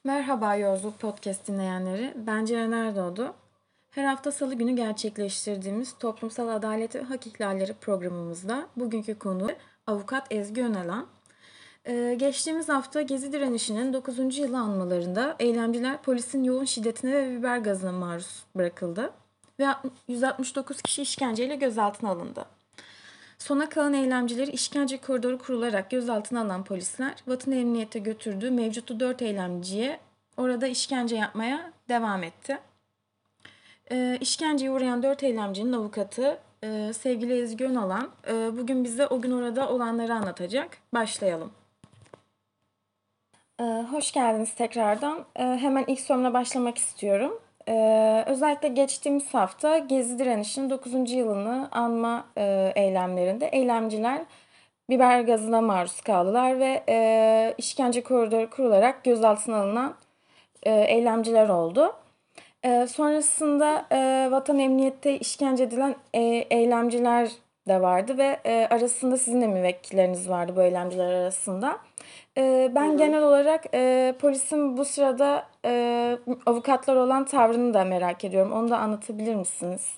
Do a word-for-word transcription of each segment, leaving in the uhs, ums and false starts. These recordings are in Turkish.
Merhaba Yolculuk Podcast dinleyenleri. Ben Ceren Erdoğdu. Her hafta Salı günü gerçekleştirdiğimiz Toplumsal Adalet ve Hak İhlalleri programımızda bugünkü konu Avukat Ezgi Önalan. Ee, geçtiğimiz hafta Gezi direnişinin dokuzuncu yılı anmalarında eylemciler polisin yoğun şiddetine ve biber gazına maruz bırakıldı ve yüz altmış dokuz kişi işkenceyle gözaltına alındı. Sona kalan eylemcileri işkence koridoru kurularak gözaltına alan polisler Vatan Emniyet'e götürdüğü mevcutlu dört eylemciye orada işkence yapmaya devam etti. E, işkenceye uğrayan dört eylemcinin avukatı e, sevgili Ezgi Önalan e, bugün bize o gün orada olanları anlatacak. Başlayalım. E, hoş geldiniz tekrardan. E, hemen ilk sorumla başlamak istiyorum. Ee, özellikle geçtiğimiz hafta Gezi direnişinin dokuzuncu yılını anma e, eylemlerinde eylemciler biber gazına maruz kaldılar ve e, işkence koridoru kurularak gözaltına alınan e, eylemciler oldu. E, sonrasında e, Vatan Emniyet'te işkence edilen e, eylemciler de vardı ve e, arasında sizin de müvekkilleriniz vardı bu eylemciler arasında. E, ben hı hı. genel olarak e, polisin bu sırada e, avukatlar olan tavrını da merak ediyorum. Onu da anlatabilir misiniz?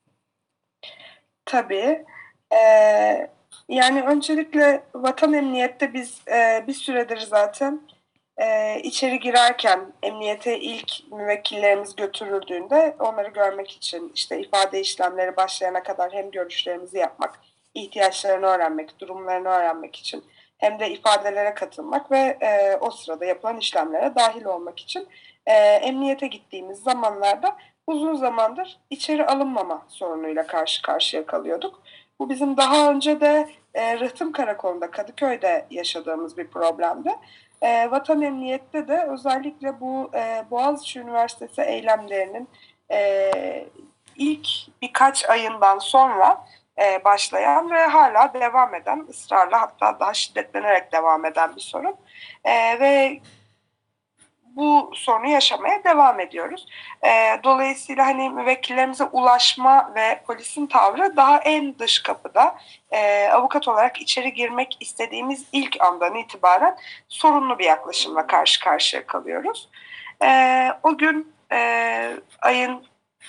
Tabii. Ee, yani öncelikle Vatan Emniyet'te biz e, bir süredir zaten e, içeri girerken emniyete ilk müvekkillerimiz götürüldüğünde onları görmek için işte ifade işlemleri başlayana kadar hem görüşlerimizi yapmak, ihtiyaçlarını öğrenmek, durumlarını öğrenmek için hem de ifadelere katılmak ve e, o sırada yapılan işlemlere dahil olmak için e, emniyete gittiğimiz zamanlarda uzun zamandır içeri alınmama sorunuyla karşı karşıya kalıyorduk. Bu bizim daha önce de e, Rıhtım Karakolu'nda, Kadıköy'de yaşadığımız bir problemdi. E, Vatan Emniyet'te de özellikle bu e, Boğaziçi Üniversitesi eylemlerinin e, ilk birkaç ayından sonra e, başlayan ve hala devam eden, ısrarla hatta daha şiddetlenerek devam eden bir sorun. E, ve bu sorunu yaşamaya devam ediyoruz. E, dolayısıyla hani müvekkillerimize ulaşma ve polisin tavrı daha en dış kapıda e, avukat olarak içeri girmek istediğimiz ilk andan itibaren sorunlu bir yaklaşımla karşı karşıya kalıyoruz. E, o gün e, ayın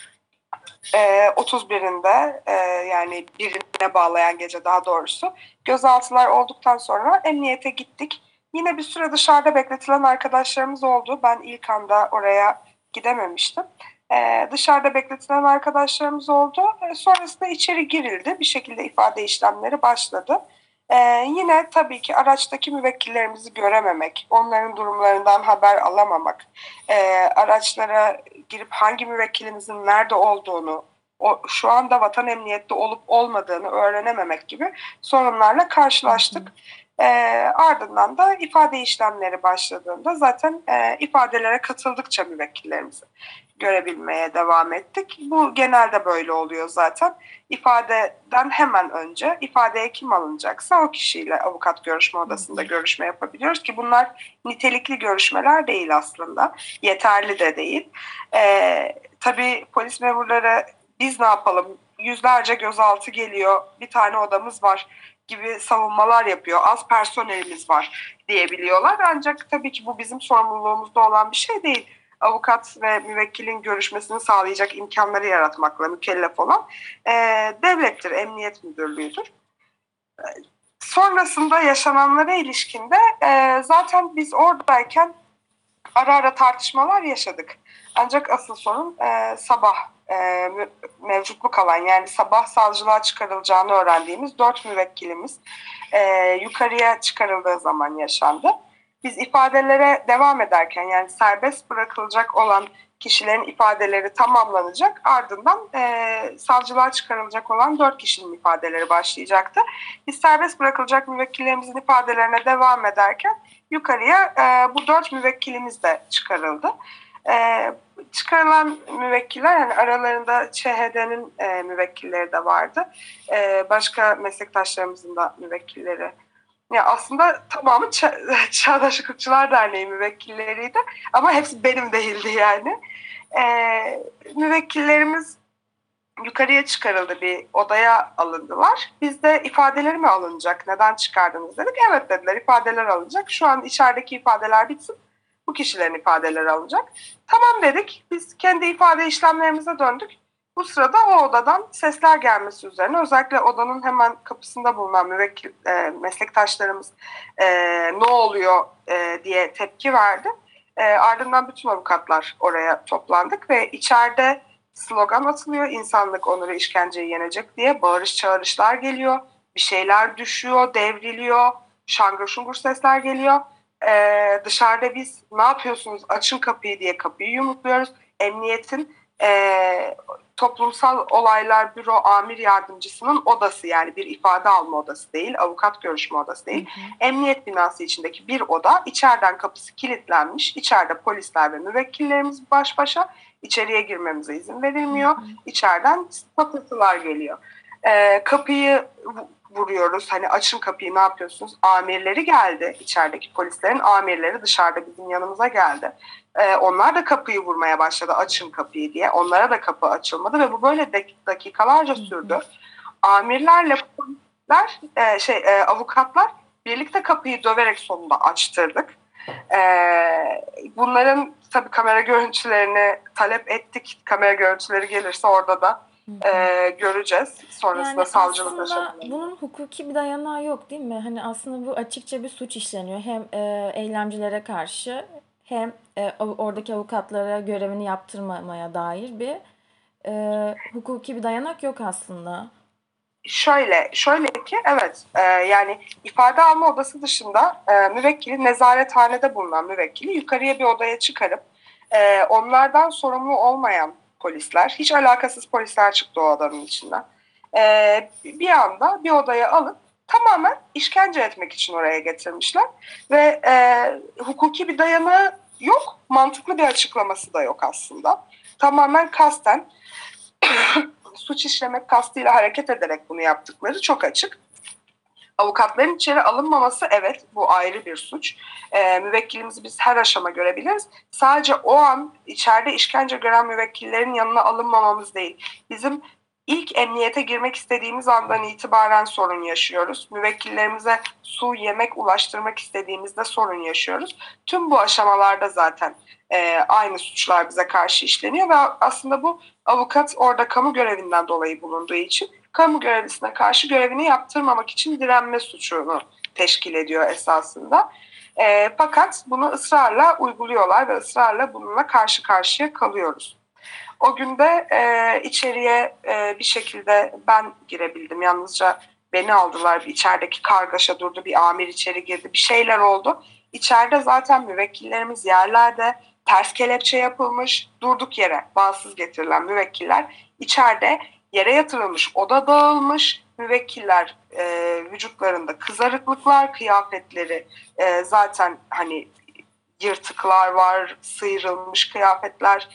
e, otuz birinde e, yani birine bağlayan gece daha doğrusu gözaltılar olduktan sonra emniyete gittik. Yine bir süre dışarıda bekletilen arkadaşlarımız oldu. Ben ilk anda oraya gidememiştim. Ee, dışarıda bekletilen arkadaşlarımız oldu. Ee, sonrasında içeri girildi. Bir şekilde ifade işlemleri başladı. Ee, yine tabii ki araçtaki müvekkillerimizi görememek, onların durumlarından haber alamamak, e, araçlara girip hangi müvekkilimizin nerede olduğunu, o şu anda Vatan Emniyet'te olup olmadığını öğrenememek gibi sorunlarla karşılaştık. E, ardından da ifade işlemleri başladığında zaten e, ifadelere katıldıkça müvekkillerimizi görebilmeye devam ettik. Bu genelde böyle oluyor zaten. İfadeden hemen önce ifadeye kim alınacaksa o kişiyle avukat görüşme odasında görüşme yapabiliyoruz ki bunlar nitelikli görüşmeler değil aslında. Yeterli de değil. E, tabii polis memurları biz ne yapalım? Yüzlerce gözaltı geliyor. Bir tane odamız var gibi savunmalar yapıyor. Az personelimiz var diyebiliyorlar. Ancak tabii ki bu bizim sorumluluğumuzda olan bir şey değil. Avukat ve müvekkilin görüşmesini sağlayacak imkanları yaratmakla mükellef olan e, devlettir, emniyet müdürlüğüdür. E, sonrasında yaşananlara ilişkinde e, zaten biz oradayken ara ara tartışmalar yaşadık. Ancak asıl sorun e, sabah e, mevcutluk alan yani sabah savcılığa çıkarılacağını öğrendiğimiz dört müvekkilimiz e, yukarıya çıkarıldığı zaman yaşandı. Biz ifadelere devam ederken yani serbest bırakılacak olan kişilerin ifadeleri tamamlanacak. Ardından e, savcılığa çıkarılacak olan dört kişinin ifadeleri başlayacaktı. Biz serbest bırakılacak müvekkillerimizin ifadelerine devam ederken yukarıya e, bu dört müvekkilimiz de çıkarıldı. E, çıkarılan müvekkiller yani aralarında ÇHD'nin e, müvekkilleri de vardı. E, başka meslektaşlarımızın da müvekkilleri. Ya aslında tamamı Ça- Çağdaş Hukukçular Derneği müvekkilleriydi ama hepsi benim değildi yani. E, müvekkillerimiz yukarıya çıkarıldı, bir odaya alındılar. Biz de ifadeleri mi alınacak, neden çıkardınız dedik. Evet dediler, ifadeler alınacak. Şu an içerideki ifadeler bitsin. Bu bu kişilerin ifadeleri alınacak. Tamam dedik. Biz kendi ifade işlemlerimize döndük. Bu sırada o odadan sesler gelmesi üzerine özellikle odanın hemen kapısında bulunan müvekkil e, meslektaşlarımız e, ne oluyor e, diye tepki verdi. E, ardından bütün avukatlar oraya toplandık ve içeride slogan atılıyor. İnsanlık onuru işkenceyi yenecek diye bağırış çağrışlar geliyor. Bir şeyler düşüyor, devriliyor. Şangır şungur sesler geliyor. Ee, dışarıda biz ne yapıyorsunuz açın kapıyı diye kapıyı yumrukluyoruz. Emniyetin e, toplumsal olaylar büro amir yardımcısının odası, yani bir ifade alma odası değil, avukat görüşme odası değil. Hı hı. Emniyet binası içindeki bir oda, içeriden kapısı kilitlenmiş. İçeride polisler ve müvekkillerimiz baş başa. İçeriye girmemize izin verilmiyor. Hı hı. İçeriden patırtılar geliyor. Ee, kapıyı vuruyoruz. Hani açın kapıyı, ne yapıyorsunuz? Amirleri geldi. İçerideki polislerin amirleri dışarıda bizim yanımıza geldi. Ee, onlar da kapıyı vurmaya başladı. Açın kapıyı diye. Onlara da kapı açılmadı ve bu böyle dakikalarca sürdü. Amirlerle polisler, e, şey e, avukatlar birlikte kapıyı döverek sonunda açtırdık. Ee, bunların tabii kamera görüntülerini talep ettik. Kamera görüntüleri gelirse orada da e, göreceğiz. Sonrasında yani savcılık aslında bunun hukuki bir dayanağı yok değil mi? Hani aslında bu açıkça bir suç işleniyor. Hem e, eylemcilere karşı hem e, oradaki avukatlara görevini yaptırmamaya dair bir e, hukuki bir dayanak yok aslında. Şöyle, şöyle ki evet e, yani ifade alma odası dışında e, müvekkili, nezarethanede bulunan müvekkili yukarıya bir odaya çıkarıp e, onlardan sorumlu olmayan polisler, hiç alakasız polisler çıktı o odanın içinden. E, bir anda bir odaya alıp tamamen işkence etmek için oraya getirmişler ve e, hukuki bir dayanağı yok, mantıklı bir açıklaması da yok aslında. Tamamen kasten suç işlemek kastıyla hareket ederek bunu yaptıkları çok açık. Avukatların içeri alınmaması, evet, bu ayrı bir suç. E, müvekkilimizi biz her aşama görebiliriz. Sadece o an içeride işkence gören müvekkillerin yanına alınmamamız değil. Bizim ilk emniyete girmek istediğimiz andan itibaren sorun yaşıyoruz. Müvekkillerimize su, yemek ulaştırmak istediğimizde sorun yaşıyoruz. Tüm bu aşamalarda zaten e, aynı suçlar bize karşı işleniyor ve aslında bu avukat orada kamu görevinden dolayı bulunduğu için kamu görevlisine karşı görevini yaptırmamak için direnme suçunu teşkil ediyor esasında. E, fakat bunu ısrarla uyguluyorlar ve ısrarla bununla karşı karşıya kalıyoruz. O günde e, içeriye e, bir şekilde ben girebildim. Yalnızca beni aldılar. İçerideki kargaşa durdu. Bir amir içeri girdi. Bir şeyler oldu. İçeride zaten müvekkillerimiz yerlerde, ters kelepçe yapılmış, durduk yere bağımsız getirilen müvekkiller içeride yere yatırılmış, oda dağılmış. Müvekkiller e, vücutlarında kızarıklıklar, kıyafetleri e, zaten hani yırtıklar var, sıyrılmış kıyafetler,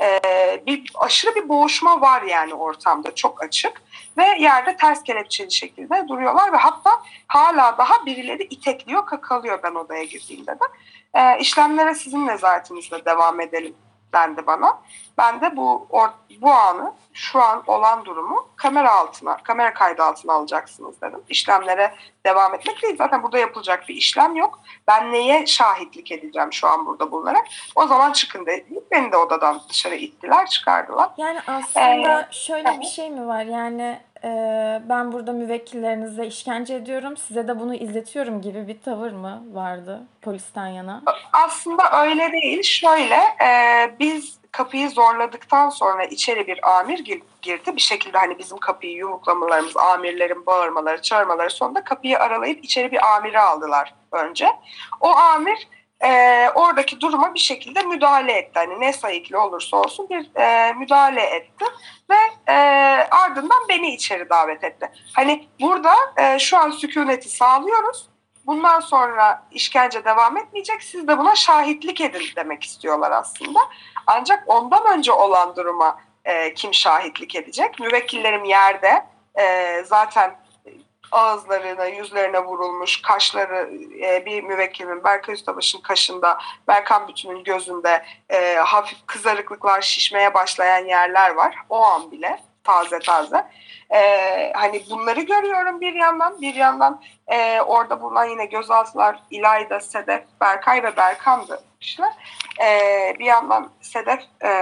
ee, bir aşırı bir boğuşma var yani ortamda, çok açık ve yerde ters kelepçeli şekilde duruyorlar ve hatta hala daha birileri itekliyor, kakalıyor ben odaya girdiğimde de. Ee, işlemlere sizin nezaretinizle devam edelim dendi bana. Ben de bu or, bu anı, şu an olan durumu kamera altına, kamera kaydı altına alacaksınız dedim. İşlemlere devam etmek değil. Zaten burada yapılacak bir işlem yok. Ben neye şahitlik edeceğim şu an burada bulunarak? O zaman çıkın deyip beni de odadan dışarı ittiler, çıkardılar. Yani aslında ee, şöyle bir şey mi var? Yani e, ben burada müvekkillerinize işkence ediyorum, size de bunu izletiyorum gibi bir tavır mı vardı polisten yana? Aslında öyle değil. Şöyle, e, biz kapıyı zorladıktan sonra içeri bir amir girdi. Bir şekilde hani bizim kapıyı yumruklamalarımız, amirlerin bağırmaları, çağırmaları sonunda kapıyı aralayıp içeri bir amiri aldılar önce. O amir e, oradaki duruma bir şekilde müdahale etti. Hani ne sayıklı olursa olsun bir e, müdahale etti ve e, ardından beni içeri davet etti. Hani burada e, şu an sükuneti sağlıyoruz. Bundan sonra işkence devam etmeyecek. Siz de buna şahitlik edin demek istiyorlar aslında. Ancak ondan önce olan duruma e, kim şahitlik edecek? Müvekkillerim yerde, e, zaten ağızlarına, yüzlerine vurulmuş, kaşları e, bir müvekkilimin, Berkay Ustabaş'ın kaşında, Berkan Bütün'ün gözünde e, hafif kızarıklıklar, şişmeye başlayan yerler var. O an bile taze taze. Ee, hani bunları görüyorum bir yandan. Bir yandan e, orada bulunan yine gözaltılar İlayda, Sedef, Berkay ve Berkan'dı kişiler. Ee, bir yandan Sedef e,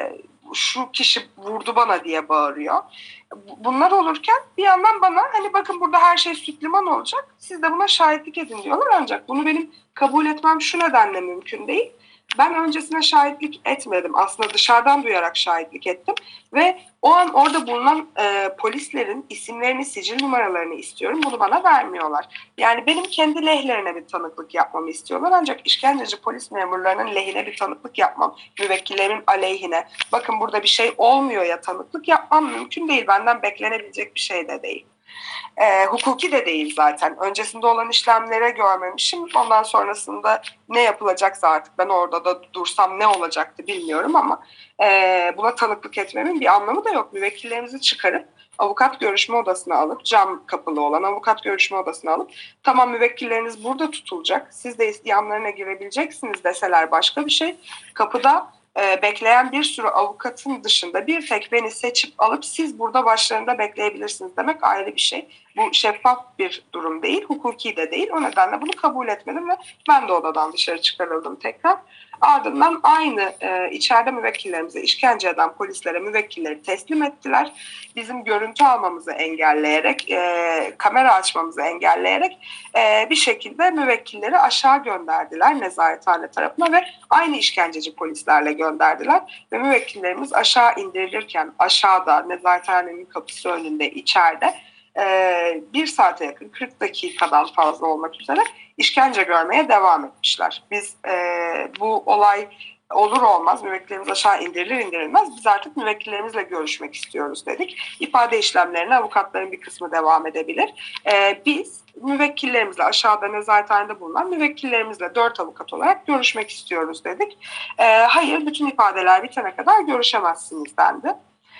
şu kişi vurdu bana diye bağırıyor. Bunlar olurken bir yandan bana hani bakın burada her şey süt liman olacak. Siz de buna şahitlik edin diyorlar. Ancak bunu benim kabul etmem şu nedenle mümkün değil. Ben öncesine şahitlik etmedim. Aslında dışarıdan duyarak şahitlik ettim. Ve o an orada bulunan e, polislerin isimlerini, sicil numaralarını istiyorum. Bunu bana vermiyorlar. Yani benim kendi lehlerine bir tanıklık yapmamı istiyorlar. Ancak işkenceci polis memurlarının lehine bir tanıklık yapmam, müvekkillerimin aleyhine, bakın burada bir şey olmuyor ya tanıklık yapmam mümkün değil. Benden beklenebilecek bir şey de değil. E, hukuki de değil zaten. Öncesinde olan işlemlere görmemişim. Ondan sonrasında ne yapılacaksa artık ben orada da dursam ne olacaktı bilmiyorum ama e, buna tanıklık etmemin bir anlamı da yok. Müvekkillerimizi çıkarıp avukat görüşme odasına alıp, cam kapılı olan avukat görüşme odasına alıp tamam müvekkilleriniz burada tutulacak, siz de yanlarına girebileceksiniz deseler başka bir şey. Kapıda e, bekleyen bir sürü avukatın dışında bir tek beni seçip alıp siz burada başlarında bekleyebilirsiniz demek ayrı bir şey. Bu şeffaf bir durum değil, hukuki de değil. O nedenle bunu kabul etmedim ve ben de odadan dışarı çıkarıldım tekrar. Ardından aynı e, içeride müvekkillerimize işkence eden polislere müvekkilleri teslim ettiler. Bizim görüntü almamızı engelleyerek, e, kamera açmamızı engelleyerek e, bir şekilde müvekkilleri aşağı gönderdiler nezarethane tarafına ve aynı işkenceci polislerle gönderdiler. Ve müvekkillerimiz aşağı indirilirken aşağıda nezarethanenin kapısı önünde içeride e, bir saate yakın kırk dakikadan fazla olmak üzere işkence görmeye devam etmişler. Biz e, bu olay olur olmaz müvekkillerimiz aşağı indirilir indirilmez biz artık müvekkillerimizle görüşmek istiyoruz dedik. İfade işlemlerine avukatların bir kısmı devam edebilir. E, biz müvekkillerimizle aşağıda nezarethanede bulunan müvekkillerimizle dört avukat olarak görüşmek istiyoruz dedik. E, hayır bütün ifadeler bitene kadar görüşemezsiniz dendi.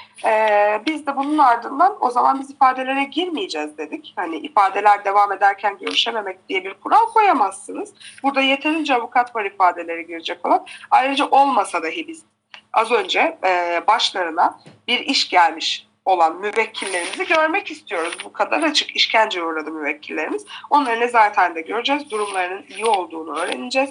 Ee, biz de bunun ardından o zaman biz ifadelere girmeyeceğiz dedik. Hani ifadeler devam ederken görüşememek diye bir kural koyamazsınız. Burada yeterince avukat var ifadeleri girecek olan. Ayrıca olmasa dahi biz az önce e, başlarına bir iş gelmiş olan müvekkillerimizi görmek istiyoruz. Bu kadar açık işkenceye uğradı müvekkillerimiz. Onları nezarethanede göreceğiz. Durumlarının iyi olduğunu öğreneceğiz.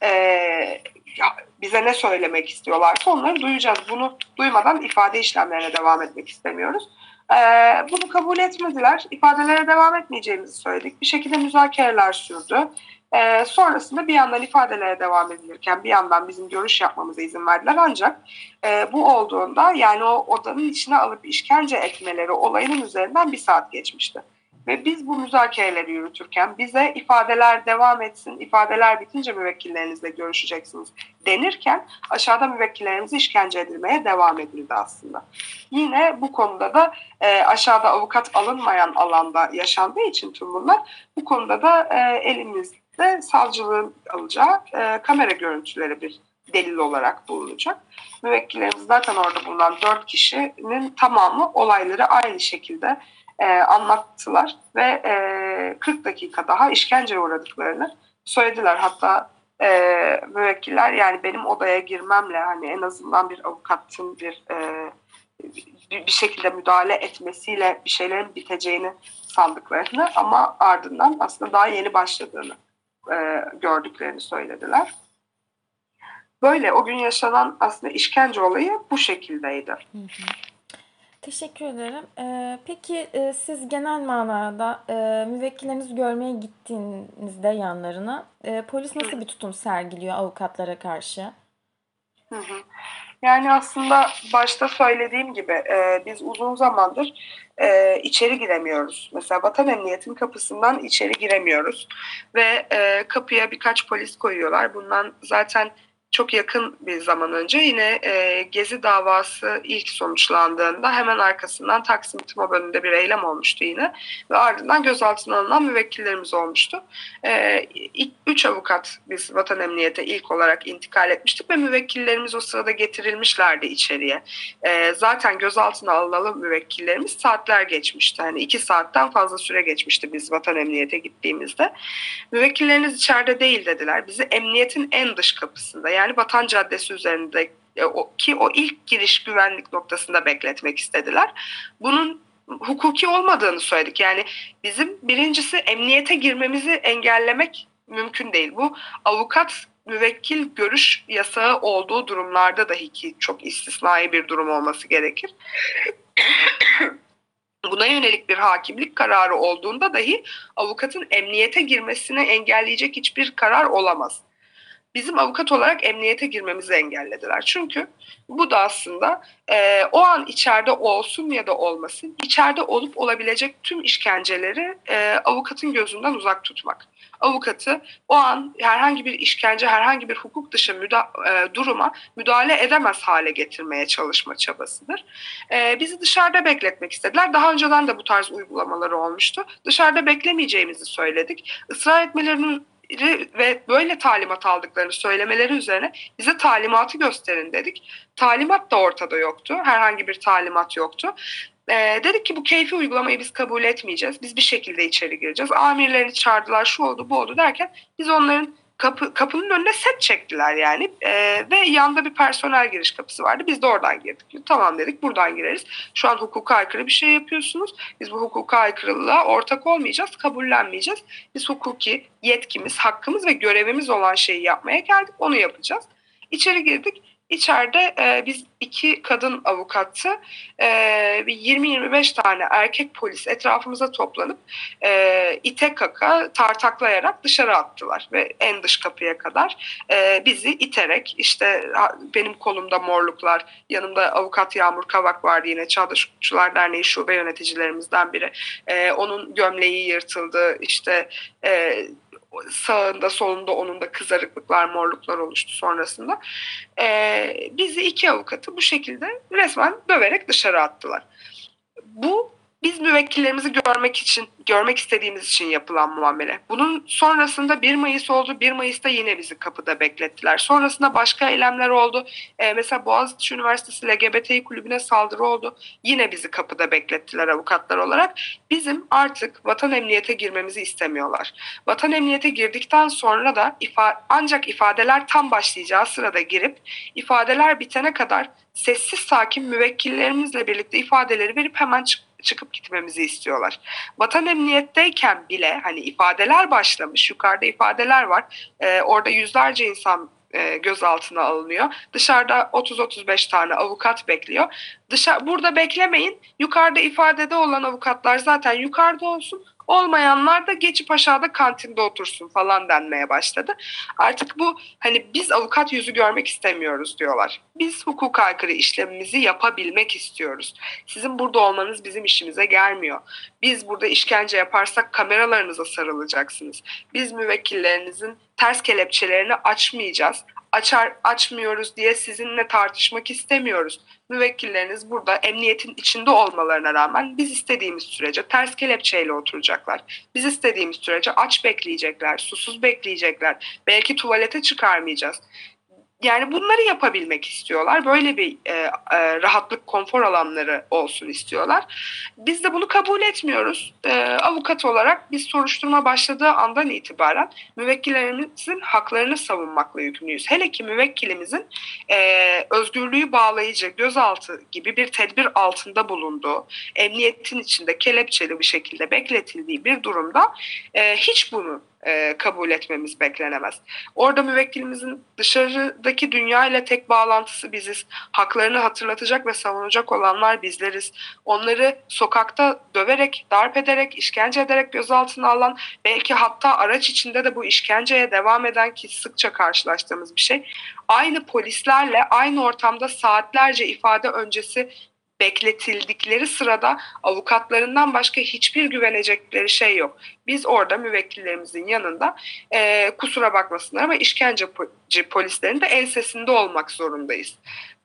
Ee, bize ne söylemek istiyorlarsa onları duyacağız. Bunu duymadan ifade işlemlerine devam etmek istemiyoruz. Ee, bunu kabul etmediler. İfadelere devam etmeyeceğimizi söyledik. Bir şekilde müzakereler sürdü. Ee, sonrasında bir yandan ifadelere devam edilirken bir yandan bizim görüş yapmamıza izin verdiler. Ancak e, bu olduğunda yani o odanın içine alıp işkence etmeleri olayının üzerinden bir saat geçmişti. Ve biz bu müzakereleri yürütürken bize ifadeler devam etsin, ifadeler bitince müvekkillerinizle görüşeceksiniz denirken aşağıda müvekkillerimize işkence edilmeye devam edildi aslında. Yine bu konuda da e, aşağıda avukat alınmayan alanda yaşandığı için tüm bunlar bu konuda da e, elimizde savcılığın alacağı e, kamera görüntüleri bir delil olarak bulunacak. Müvekkillerimiz zaten orada bulunan dört kişinin tamamı olayları aynı şekilde E, anlattılar ve e, kırk dakika daha işkenceye uğradıklarını söylediler. Hatta e, müvekkiller yani benim odaya girmemle hani en azından bir avukatın bir e, bir şekilde müdahale etmesiyle bir şeylerin biteceğini sandıklarını ama ardından aslında daha yeni başladığını e, gördüklerini söylediler. Böyle o gün yaşanan aslında işkence olayı bu şekildeydi. Hı hı. Teşekkür ederim. Ee, peki e, siz genel manada e, müvekkillerinizi görmeye gittiğinizde yanlarına e, polis nasıl bir tutum sergiliyor avukatlara karşı? Hı hı. Yani aslında başta söylediğim gibi e, biz uzun zamandır e, içeri giremiyoruz. Mesela Vatan Emniyeti'nin kapısından içeri giremiyoruz ve e, kapıya birkaç polis koyuyorlar. Bundan zaten çok yakın bir zaman önce yine e, Gezi davası ilk sonuçlandığında hemen arkasından Taksim TİMOB önünde bir eylem olmuştu yine ve ardından gözaltına alınan müvekkillerimiz olmuştu. E, ilk, üç avukat biz Vatan Emniyet'e ilk olarak intikal etmiştik ve müvekkillerimiz o sırada getirilmişlerdi içeriye. E, zaten gözaltına alınan müvekkillerimiz saatler geçmişti. Hani iki saatten fazla süre geçmişti biz Vatan Emniyet'e gittiğimizde. Müvekkilleriniz içeride değil dediler. Bizi emniyetin en dış kapısında yani yani Vatan Caddesi üzerinde e, o, ki o ilk giriş güvenlik noktasında bekletmek istediler. Bunun hukuki olmadığını söyledik. Yani bizim birincisi emniyete girmemizi engellemek mümkün değil. Bu avukat müvekkil görüş yasağı olduğu durumlarda dahi, ki çok istisnai bir durum olması gerekir. Buna yönelik bir hakimlik kararı olduğunda dahi avukatın emniyete girmesini engelleyecek hiçbir karar olamaz. Bizim avukat olarak emniyete girmemizi engellediler. Çünkü bu da aslında e, o an içeride olsun ya da olmasın, içeride olup olabilecek tüm işkenceleri e, avukatın gözünden uzak tutmak. Avukatı o an herhangi bir işkence, herhangi bir hukuk dışı müda- e, duruma müdahale edemez hale getirmeye çalışma çabasıdır. E, bizi dışarıda bekletmek istediler. Daha önceden de bu tarz uygulamaları olmuştu. Dışarıda beklemeyeceğimizi söyledik. Israr etmelerinin ve böyle talimat aldıklarını söylemeleri üzerine bize talimatı gösterin dedik. Talimat da ortada yoktu. Herhangi bir talimat yoktu. Ee, dedik ki bu keyfi uygulamayı biz kabul etmeyeceğiz. Biz bir şekilde içeri gireceğiz. Amirlerini çağırdılar, şu oldu bu oldu derken biz onların kapı, kapının önüne set çektiler yani. Ee, ve yanda bir personel giriş kapısı vardı. Biz de oradan girdik. Tamam dedik, buradan gireriz. Şu an hukuka aykırı bir şey yapıyorsunuz. Biz bu hukuka aykırılığa ortak olmayacağız, kabullenmeyeceğiz. Biz hukuki yetkimiz, hakkımız ve görevimiz olan şeyi yapmaya geldik. Onu yapacağız. İçeri girdik. İçeride e, biz iki kadın avukattı, e, yirmi yirmi beş tane erkek polis etrafımıza toplanıp e, ite kaka tartaklayarak dışarı attılar ve en dış kapıya kadar e, bizi iterek, işte benim kolumda morluklar, yanımda avukat Yağmur Kavak vardı, yine Çağdaş Hukukçular Derneği şube yöneticilerimizden biri, e, onun gömleği yırtıldı, işte e, sağında solunda onun da kızarıklıklar, morluklar oluştu sonrasında. Ee, bizi iki avukatı bu şekilde resmen döverek dışarı attılar. Bu biz müvekkillerimizi görmek için, görmek istediğimiz için yapılan muamele. Bunun sonrasında bir Mayıs oldu. bir Mayıs'ta yine bizi kapıda beklettiler. Sonrasında başka eylemler oldu. Ee, mesela Boğaziçi Üniversitesi L G B T kullübüne saldırı oldu. Yine bizi kapıda beklettiler avukatlar olarak. Bizim artık vatan emniyete girmemizi istemiyorlar. Vatan emniyete girdikten sonra da ifa- ancak ifadeler tam başlayacağı sırada girip ifadeler bitene kadar sessiz sakin müvekkillerimizle birlikte ifadeleri verip hemen çık çıkıp gitmemizi istiyorlar. Vatan emniyetteyken bile hani ifadeler başlamış, yukarıda ifadeler var. Ee, orada yüzlerce insan e, gözaltına alınıyor. Dışarıda otuz otuz beş tane avukat bekliyor. Dışarı, burada beklemeyin. Yukarıda ifadede olan avukatlar zaten yukarıda olsun. Olmayanlar da geçip aşağıda kantinde otursun falan denmeye başladı. Artık bu hani biz avukat yüzü görmek istemiyoruz diyorlar. Biz hukuka aykırı işlemimizi yapabilmek istiyoruz. Sizin burada olmanız bizim işimize gelmiyor. Biz burada işkence yaparsak kameralarınıza sarılacaksınız. Biz müvekkillerinizin ters kelepçelerini açmayacağız. Açar, açmıyoruz diye sizinle tartışmak istemiyoruz. Müvekkilleriniz burada emniyetin içinde olmalarına rağmen biz istediğimiz sürece ters kelepçeyle oturacaklar. Biz istediğimiz sürece aç bekleyecekler, susuz bekleyecekler. Belki tuvalete çıkarmayacağız. Yani bunları yapabilmek istiyorlar. Böyle bir e, e, rahatlık, konfor alanları olsun istiyorlar. Biz de bunu kabul etmiyoruz. E, avukat olarak biz soruşturma başladığı andan itibaren müvekkillerimizin haklarını savunmakla yükümlüyüz. Hele ki müvekkilimizin e, özgürlüğü bağlayıcı gözaltı gibi bir tedbir altında bulunduğu, emniyetin içinde kelepçeli bir şekilde bekletildiği bir durumda e, hiç bunu e, kabul etmemiz beklenemez. Orada müvekkilimizin dışarıdaki dünya ile tek bağlantısı biziz. Haklarını hatırlatacak ve savunacak olanlar bizleriz. Onları sokakta döverek, darp ederek, işkence ederek gözaltına alan, belki hatta araç içinde de bu işkenceye devam eden, ki sıkça karşılaştığımız bir şey, aynı polislerle aynı ortamda saatlerce ifade öncesi bekletildikleri sırada avukatlarından başka hiçbir güvenecekleri şey yok. Biz orada müvekkillerimizin yanında e, kusura bakmasınlar ama işkenceci polislerin de ensesinde olmak zorundayız.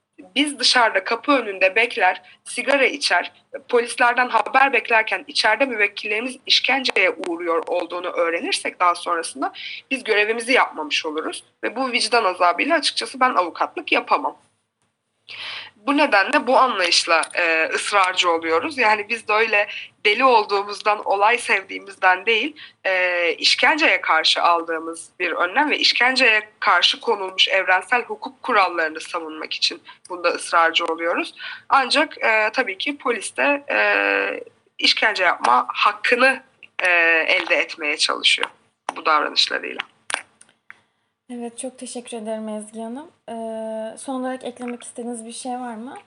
Biz dışarıda kapı önünde bekler, sigara içer, polislerden haber beklerken içeride müvekkillerimiz işkenceye uğruyor olduğunu öğrenirsek daha sonrasında biz görevimizi yapmamış oluruz ve bu vicdan azabıyla açıkçası ben avukatlık yapamam. bu nedenle bu anlayışla e, ısrarcı oluyoruz. Yani biz de öyle deli olduğumuzdan, olay sevdiğimizden değil, e, işkenceye karşı aldığımız bir önlem ve işkenceye karşı konulmuş evrensel hukuk kurallarını savunmak için bunda ısrarcı oluyoruz. Ancak e, tabii ki polis de e, işkence yapma hakkını e, elde etmeye çalışıyor bu davranışlarıyla. Evet, çok teşekkür ederim Ezgi Hanım. Ee, son olarak eklemek istediğiniz bir şey var mı?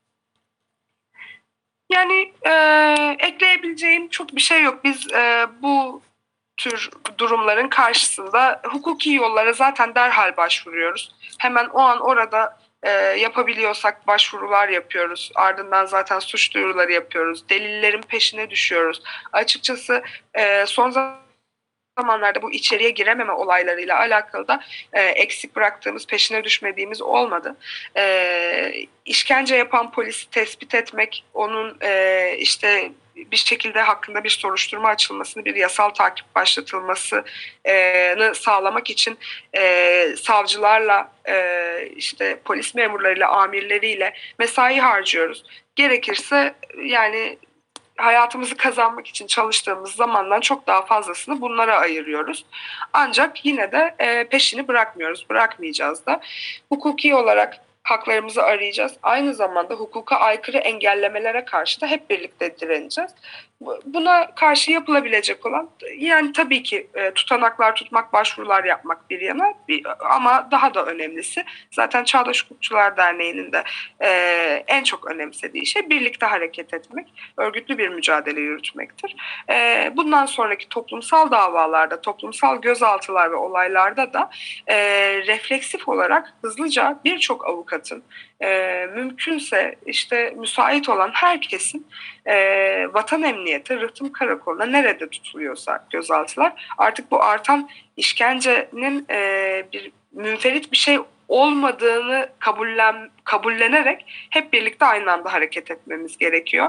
Yani e, ekleyebileceğim çok bir şey yok. Biz e, bu tür durumların karşısında hukuki yollara zaten derhal başvuruyoruz. Hemen o an orada e, yapabiliyorsak başvurular yapıyoruz. Ardından zaten suç duyuruları yapıyoruz. Delillerin peşine düşüyoruz. Açıkçası e, son zamanlarda bu içeriye girememe olaylarıyla alakalı da e, eksik bıraktığımız, peşine düşmediğimiz olmadı. E, işkence yapan polisi tespit etmek, onun e, işte bir şekilde hakkında bir soruşturma açılmasını, bir yasal takip başlatılmasını sağlamak için e, savcılarla, e, işte polis memurlarıyla, amirleriyle mesai harcıyoruz. Gerekirse yani hayatımızı kazanmak için çalıştığımız zamandan çok daha fazlasını bunlara ayırıyoruz. Ancak yine de e, peşini bırakmıyoruz, bırakmayacağız da. Hukuki olarak haklarımızı arayacağız. Aynı zamanda hukuka aykırı engellemelere karşı da hep birlikte direneceğiz. Buna karşı yapılabilecek olan yani tabii ki e, tutanaklar tutmak, başvurular yapmak bir yana bir, ama daha da önemlisi zaten Çağdaş Hukukçular Derneği'nin de e, en çok önemsediği şey birlikte hareket etmek, örgütlü bir mücadele yürütmektir. E, bundan sonraki toplumsal davalarda, toplumsal gözaltılar ve olaylarda da e, refleksif olarak hızlıca birçok avukatın e, mümkünse işte müsait olan herkesin e, vatan emniyeti, rıhtım karakoluna nerede tutuluyorsa gözaltılar artık bu artan işkencenin e, bir münferit bir şey olmadığını kabullen, kabullenerek hep birlikte aynı anda hareket etmemiz gerekiyor.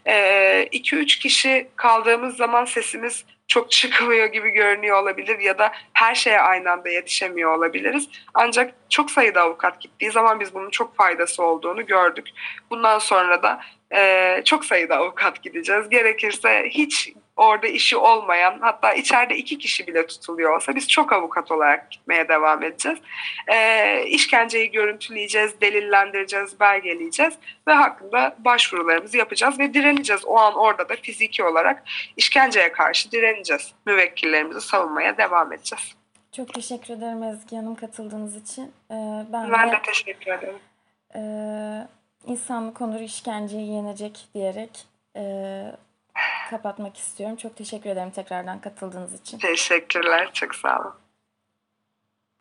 iki üç kişi kaldığımız zaman sesimiz çok çıkmıyor gibi görünüyor olabilir ya da her şeye aynı anda yetişemiyor olabiliriz. Ancak çok sayıda avukat gittiği zaman biz bunun çok faydası olduğunu gördük. Bundan sonra da e, çok sayıda avukat gideceğiz. Gerekirse hiç orada işi olmayan, hatta içeride iki kişi bile tutuluyor olsa biz çok avukat olarak gitmeye devam edeceğiz. E, işkenceyi görüntüleyeceğiz, delillendireceğiz, belgeleyeceğiz ve hakkında başvurularımızı yapacağız ve direneceğiz. O an orada da fiziki olarak işkenceye karşı direneceğiz. Müvekkillerimizi savunmaya devam edeceğiz. Çok teşekkür ederim Ezgi Hanım katıldığınız için. Ee, ben, Ben de, de teşekkür ederim. E, insanlık onuru işkenceyi yenecek diyerek e, kapatmak istiyorum. Çok teşekkür ederim tekrardan katıldığınız için. Teşekkürler, çok sağ olun.